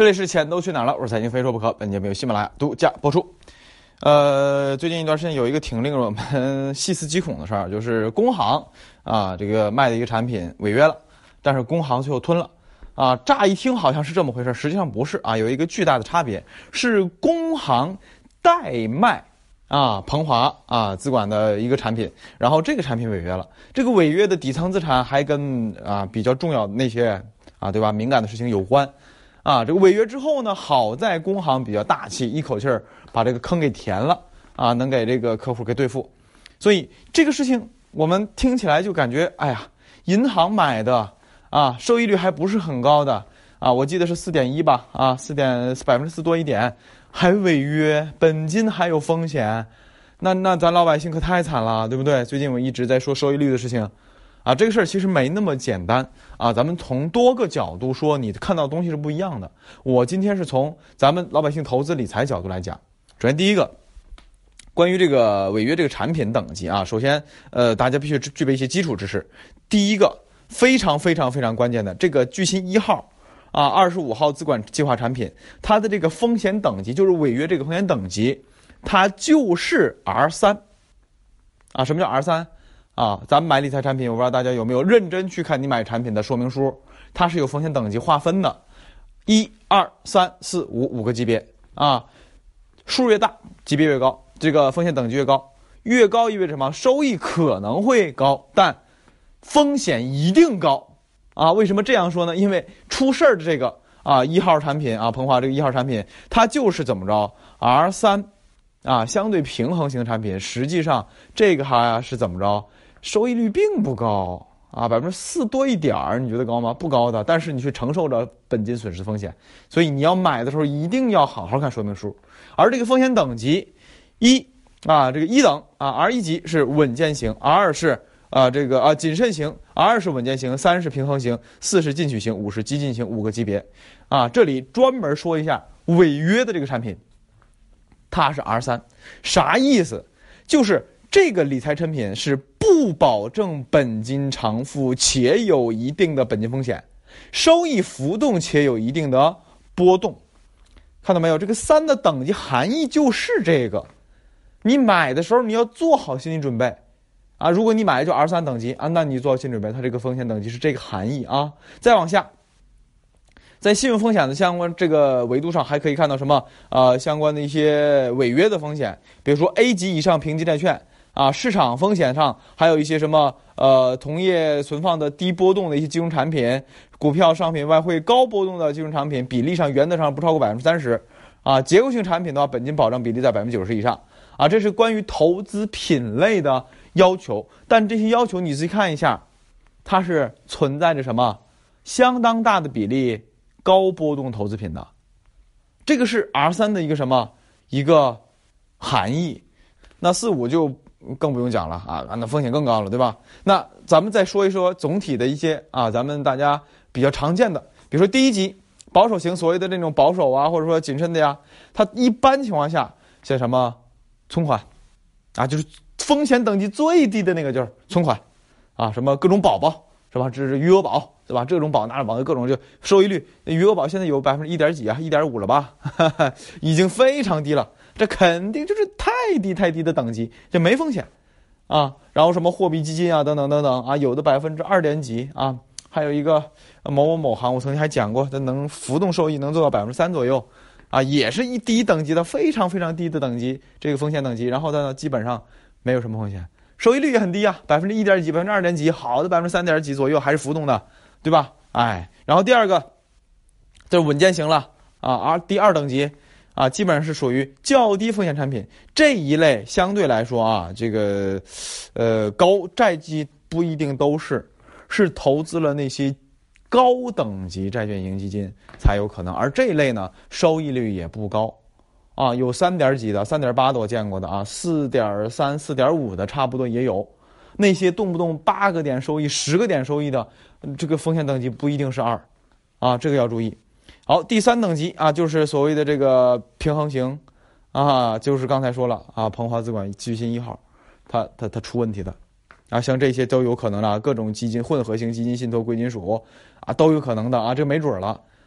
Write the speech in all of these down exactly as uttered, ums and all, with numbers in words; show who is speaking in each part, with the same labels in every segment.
Speaker 1: 这里是钱都去哪儿了？我是财经非说不可，本节目由喜马拉雅独家播出。呃，最近一段时间有一个挺令我们细思极恐的事儿，就是工行啊，这个卖的一个产品违约了，但是工行最后吞了。啊，乍一听好像是这么回事，实际上不是啊，有一个巨大的差别，是工行代卖啊鹏华啊资管的一个产品，然后这个产品违约了，这个违约的底层资产还跟啊比较重要的那些啊对吧敏感的事情有关。啊，这个违约之后呢，好在工行比较大气，一口气儿把这个坑给填了啊，能给这个客户给兑付。所以这个事情我们听起来就感觉，哎呀，银行买的啊，收益率还不是很高的啊，我记得是四点一吧，啊，四点百分之四多一点，还违约，本金还有风险，那那咱老百姓可太惨了，对不对？最近我一直在说收益率的事情。啊，这个事儿其实没那么简单啊！咱们从多个角度说，你看到的东西是不一样的。我今天是从咱们老百姓投资理财角度来讲。首先，第一个，关于这个违约这个产品等级啊，首先，呃，大家必须具备一些基础知识。第一个，非常非常非常关键的，这个巨新一号啊，二十五号资管计划产品，它的这个风险等级，就是违约这个风险等级，它就是 R 三 啊。什么叫 R 三？啊，咱们买理财产品，我不知道大家有没有认真去看你买产品的说明书，它是有风险等级划分的，一、二、三、四、五五个级别啊，数越大，级别越高，这个风险等级越高，越高意味着什么？收益可能会高，但风险一定高啊！为什么这样说呢？因为出事儿的这个啊一号产品啊，鹏华这个一号产品，它就是怎么着 R 三 啊，相对平衡型产品，实际上这个还是怎么着？收益率并不高啊，百分之四多一点儿，你觉得高吗？不高的，但是你去承受着本金损失风险，所以你要买的时候一定要好好看说明书。而这个风险等级一啊，这个一等啊 ，R 一级是稳健型 ，R 二是啊这个啊谨慎型 ，R 二是稳健型，三是平衡型，四是进取型，五是激进型，五个级别啊。这里专门说一下违约的这个产品，它是 R 三，啥意思？就是这个理财产品是不保证本金偿付且有一定的本金风险，收益浮动且有一定的波动。看到没有？这个三的等级含义就是这个。你买的时候你要做好心理准备啊！如果你买的就 R 三 等级啊，那你做好心理准备，它这个风险等级是这个含义啊。再往下，在信用风险的相关这个维度上，还可以看到什么？呃，相关的一些违约的风险，比如说 A 级以上评级债券。啊，市场风险上还有一些什么呃，同业存放的低波动的一些金融产品，股票、商品、外汇高波动的金融产品，比例上原则上不超过百分之三十，啊，结构性产品的话，本金保障比例在百分之九十以上，啊，这是关于投资品类的要求。但这些要求你仔细看一下，它是存在着什么相当大的比例高波动投资品的，这个是 R 三 的一个什么一个含义。那四五就更不用讲了啊，那风险更高了，对吧？那咱们再说一说总体的一些啊，咱们大家比较常见的，比如说第一级保守型，所谓的这种保守啊，或者说谨慎的呀，它一般情况下像什么存款啊，就是风险等级最低的那个就是存款啊，什么各种保保是吧？这是余额宝对吧？这种保那种保各种就收益率，余额宝现在有百分之一点几啊，一点五了吧，哈哈，已经非常低了。这肯定就是太低太低的等级，就没风险啊。然后什么货币基金啊，等等等等啊，有的百分之二点几啊，还有一个某某某行，我曾经还讲过，它能浮动收益能做到百分之三左右啊，也是一低等级的，非常非常低的等级，这个风险等级。然后呢，基本上没有什么风险，收益率也很低啊，百分之一点几，百分之二点几，好的百分之三点几左右还是浮动的，对吧？哎，然后第二个就是稳健型了啊，而第二等级。啊，基本上是属于较低风险产品这一类，相对来说啊，这个呃高债基不一定都是，是投资了那些高等级债券型基金才有可能，而这一类呢，收益率也不高啊，有三点几的，三点八的我见过的啊，四点三、四点五的差不多也有，那些动不动八个点收益、十个点收益的，这个风险等级不一定是二，啊，这个要注意。好，第三等级啊，就是所谓的这个平衡型，啊，就是刚才说了啊，鹏华资管巨新一号，它它它出问题的，啊，像这些都有可能了，各种基金混合型基金、信托、贵金属啊，都有可能的啊，这没准了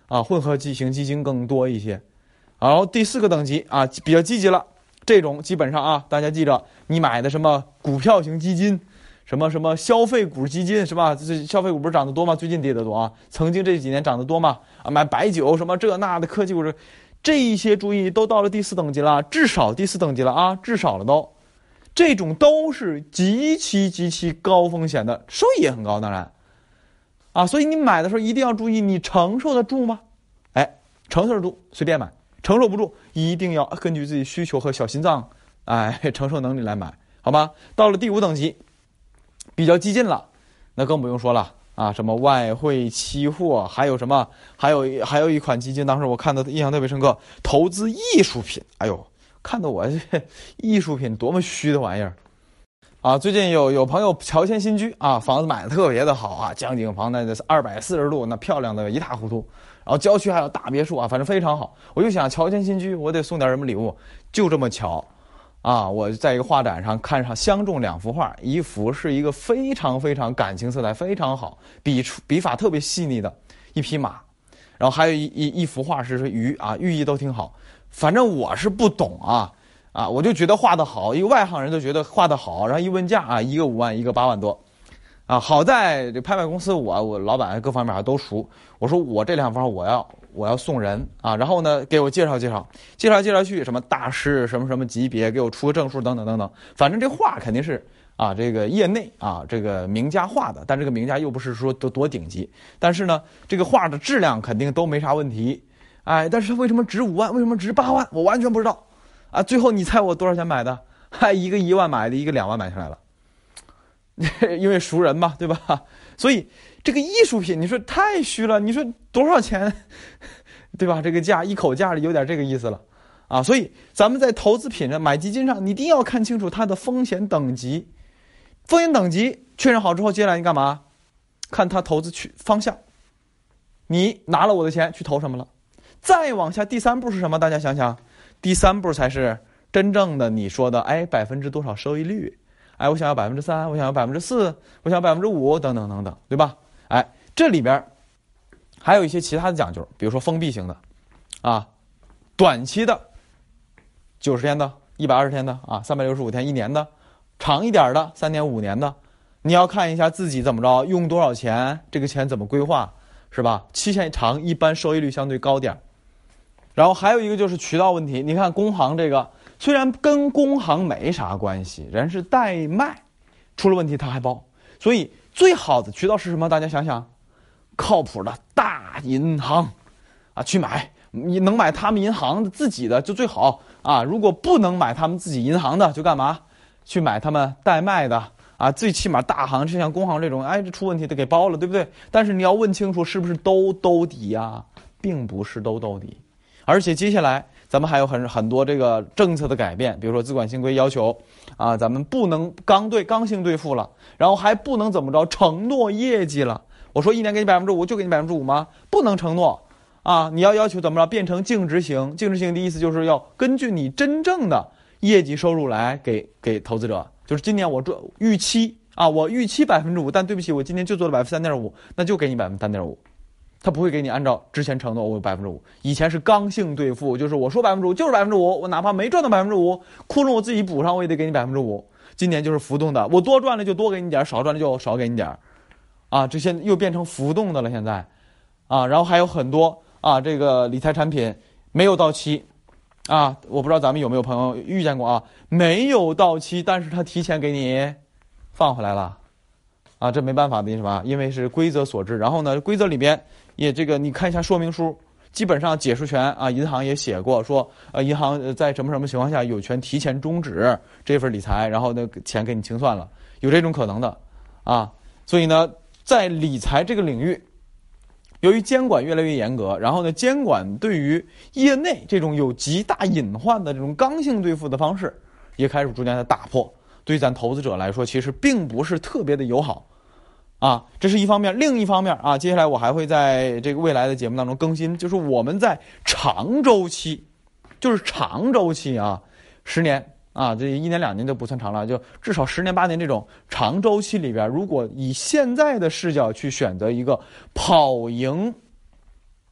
Speaker 1: 啊，混合型基金更多一些。然后第四个等级啊，比较积极了，这种基本上啊，大家记着，你买的什么股票型基金，什么什么消费股基金是吧？这消费股不是涨得多吗？最近跌得多啊，曾经这几年涨得多吗？啊，买白酒什么这那的科技股，这一些注意都到了第四等级了，至少第四等级了啊，至少了都。这种都是极其极其高风险的，收益也很高，当然啊，所以你买的时候一定要注意，你承受得住吗？哎，承受得住随便买，承受不住一定要根据自己需求和小心脏哎承受能力来买，好吧？到了第五等级比较激进了，那更不用说了啊，什么外汇期货，还有什么还有还有一款基金，当时我看的印象特别深刻，投资艺术品，哎呦，看得我这艺术品多么虚的玩意儿啊！最近有有朋友乔迁新居啊，房子买的特别的好啊，江景房那二百四十度，那漂亮的一塌糊涂。然后郊区还有大别墅啊，反正非常好。我就想乔迁新居，我得送点什么礼物，就这么巧啊！我在一个画展上看上相中两幅画，一幅是一个非常非常感情色彩非常好，笔笔法特别细腻的一匹马，然后还有一一一幅画是鱼啊，寓意都挺好。反正我是不懂啊啊，我就觉得画得好，一个外行人都觉得画得好，然后一问价啊，一个五万，一个八万多，啊，好在这拍卖公司我我老板各方面还都熟，我说我这两幅画我要我要送人啊，然后呢给我介绍介绍，介绍介绍去什么大师什么什么级别，给我出个证书等等等等，反正这画肯定是啊这个业内啊这个名家画的，但这个名家又不是说都多顶级，但是呢这个画的质量肯定都没啥问题。哎，但是它为什么值五万？为什么值八万？我完全不知道，啊！最后你猜我多少钱买的？还一个一万买的，一个两万买下来了，因为熟人嘛，对吧？所以这个艺术品，你说太虚了，你说多少钱，对吧？这个价一口价里有点这个意思了，啊！所以咱们在投资品上买基金上，你一定要看清楚它的风险等级，风险等级确认好之后，接下来你干嘛？看它投资去方向，你拿了我的钱去投什么了？再往下，第三步是什么？大家想想，第三步才是真正的你说的，哎，百分之多少收益率？哎，我想要百分之三，我想要百分之四，我想要百分之五，等等等等，对吧？哎，这里边还有一些其他的讲究，比如说封闭型的，啊，短期的，九十天的，一百二十天的，啊，三百六十五天，一年的，长一点的，三年五年的，你要看一下自己怎么着，用多少钱，这个钱怎么规划，是吧？期限长，一般收益率相对高点。然后还有一个就是渠道问题，你看工行这个虽然跟工行没啥关系，人是代卖，出了问题他还包，所以最好的渠道是什么？大家想想，靠谱的大银行啊，去买，你能买他们银行的自己的就最好啊，如果不能买他们自己银行的，就干嘛？去买他们代卖的啊，最起码大行就像工行这种，哎，这出问题得给包了，对不对？但是你要问清楚是不是兜兜底呀，并不是兜兜底。而且接下来咱们还有很很多这个政策的改变，比如说资管新规要求啊，咱们不能刚兑刚性兑付了，然后还不能怎么着承诺业绩了。我说一年给你百分之五，就给你百分之五吗？不能承诺啊！你要要求怎么着变成净执行？净执行的意思就是要根据你真正的业绩收入来给给投资者。就是今年我做预期啊，我预期百分之五，但对不起，我今年就做了百分之三点五，那就给你百分之三点五。他不会给你按照之前承诺我有百分之五，以前是刚性兑付，就是我说百分之五就是百分之五，我哪怕没赚到百分之五，窟窿我自己补上，我也得给你百分之五。今年就是浮动的，我多赚了就多给你点，少赚了就少给你点，啊，这些又变成浮动的了现在，啊，然后还有很多啊，这个理财产品没有到期，啊，我不知道咱们有没有朋友遇见过啊，没有到期，但是他提前给你放回来了。啊，这没办法的，因为什么？因为是规则所致。然后呢，规则里边也这个，你看一下说明书，基本上解释权啊，银行也写过，说呃，银行在什么什么情况下有权提前终止这份理财，然后呢，钱给你清算了，有这种可能的啊。所以呢，在理财这个领域，由于监管越来越严格，然后呢，监管对于业内这种有极大隐患的这种刚性兑付的方式，也开始逐渐的打破。对咱投资者来说，其实并不是特别的友好。啊，这是一方面，另一方面啊，接下来我还会在这个未来的节目当中更新，就是我们在长周期，就是长周期啊，十年啊，这一年两年就不算长了，就至少十年八年这种长周期里边，如果以现在的视角去选择一个跑赢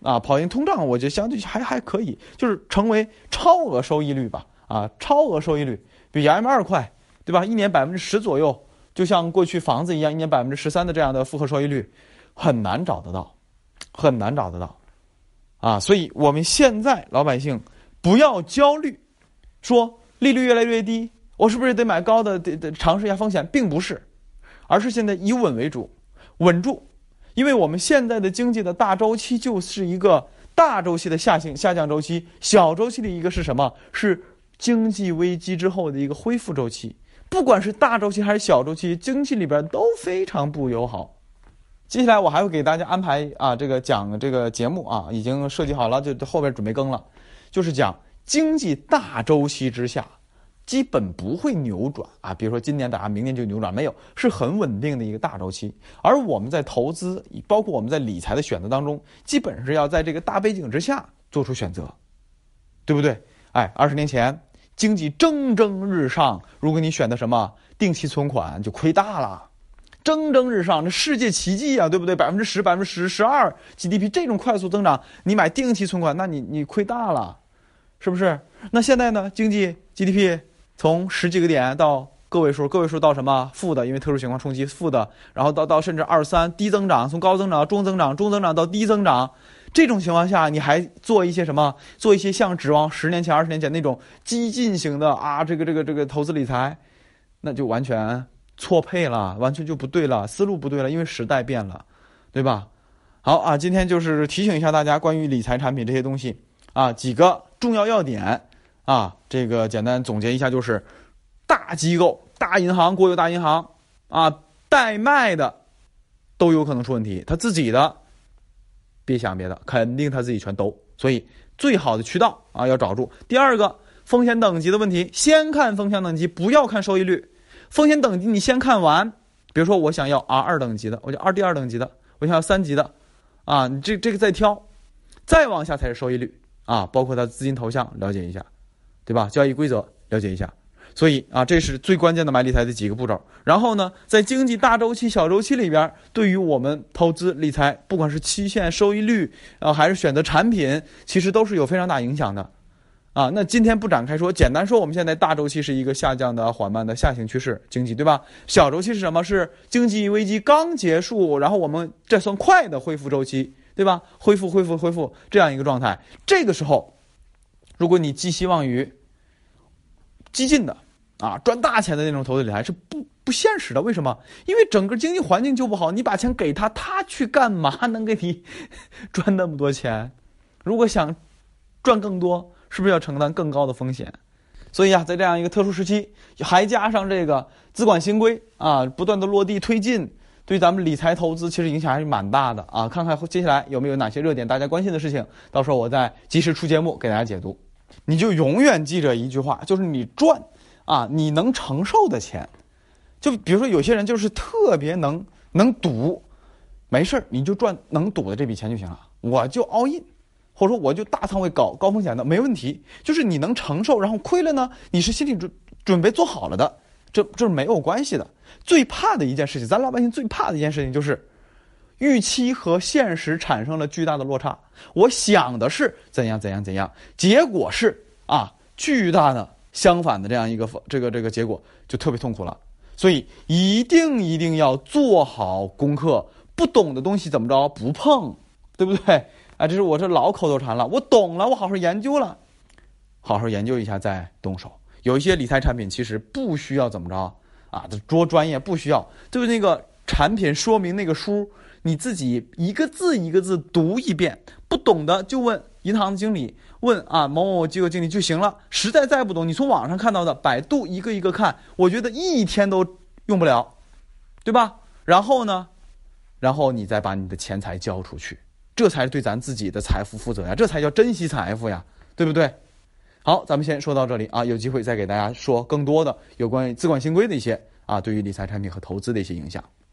Speaker 1: 啊，跑赢通胀，我觉得相对还还可以，就是成为超额收益率吧，啊，超额收益率比 M 二 快，对吧？一年百分之十左右，就像过去房子一样，一年百分之十三的这样的复合收益率，很难找得到，很难找得到，啊，所以我们现在老百姓不要焦虑，说利率越来越低，我是不是得买高的，得得尝试一下风险，并不是，而是现在以稳为主，稳住。因为我们现在的经济的大周期就是一个大周期的下行下降周期，小周期的一个是什么？是经济危机之后的一个恢复周期。不管是大周期还是小周期，经济里边都非常不友好。接下来我还会给大家安排啊，这个讲这个节目啊，已经设计好了，就后边准备更了，就是讲经济大周期之下基本不会扭转啊，比如说今年打明年就扭转，没有，是很稳定的一个大周期。而我们在投资，包括我们在理财的选择当中，基本是要在这个大背景之下做出选择，对不对？哎，二十年前经济蒸蒸日上，如果你选的什么定期存款，就亏大了。蒸蒸日上，这世界奇迹啊，对不对？百分之十、百分之十、十二 G D P 这种快速增长，你买定期存款，那你你亏大了，是不是？那现在呢，经济 G D P 从十几个点到个位数，个位数到什么负的，因为特殊情况冲击负的，然后到到甚至二三低增长，从高增长、中增长、中增长到低增长，这种情况下，你还做一些什么？做一些像指望十年前、二十年前那种激进型的啊，这个这个这个投资理财，那就完全错配了，完全就不对了，思路不对了，因为时代变了，对吧？好啊，今天就是提醒一下大家关于理财产品这些东西啊，几个重要要点。啊，这个简单总结一下，就是大机构、大银行、国有大银行啊，代卖的都有可能出问题，他自己的别想别的，肯定他自己全兜。所以最好的渠道啊要找住。第二个，风险等级的问题，先看风险等级，不要看收益率。风险等级你先看完，比如说我想要 R 二 等级的，我就二 D 二等级的，我想要三级的，啊，你这这个再挑，再往下才是收益率啊，包括它资金投向了解一下。对吧？交易规则了解一下，所以啊，这是最关键的买理财的几个步骤。然后呢，在经济大周期、小周期里边，对于我们投资理财，不管是期限收益率啊，还是选择产品，其实都是有非常大影响的。啊，那今天不展开说，简单说，我们现在大周期是一个下降的、缓慢的下行趋势经济，对吧？小周期是什么？是经济危机刚结束，然后我们这算快的恢复周期，对吧？恢复、恢复、恢复这样一个状态。这个时候，如果你寄希望于激进的啊赚大钱的那种投资理财是不不现实的，为什么？因为整个经济环境就不好，你把钱给他，他去干嘛能给你赚那么多钱？如果想赚更多，是不是要承担更高的风险？所以啊，在这样一个特殊时期，还加上这个资管新规啊不断的落地推进，对咱们理财投资其实影响还是蛮大的啊。看看接下来有没有哪些热点大家关心的事情，到时候我再及时出节目给大家解读。你就永远记着一句话，就是你赚啊你能承受的钱。就比如说有些人就是特别能能赌，没事你就赚能赌的这笔钱就行了，我就 all in， 或者说我就大仓位搞高风险的，没问题。就是你能承受，然后亏了呢，你是心理准准备做好了的，这这是没有关系的。最怕的一件事情，咱老百姓最怕的一件事情就是预期和现实产生了巨大的落差。我想的是怎样怎样怎样，结果是啊巨大的相反的这样一个这个这个结果，就特别痛苦了。所以一定一定要做好功课，不懂的东西怎么着不碰，对不对？啊，这是我这老口头禅了。我懂了，我好好研究了，好好研究一下再动手。有一些理财产品其实不需要怎么着啊，多专业不需要，就是那个产品说明那个书，你自己一个字一个字读一遍，不懂的就问银行经理，问啊某某机构经理就行了。实在再不懂，你从网上看到的百度一个一个看，我觉得一天都用不了，对吧？然后呢，然后你再把你的钱财交出去，这才是对咱自己的财富负责呀，这才叫珍惜财富呀，对不对？好，咱们先说到这里啊，有机会再给大家说更多的有关于资管新规的一些啊对于理财产品和投资的一些影响。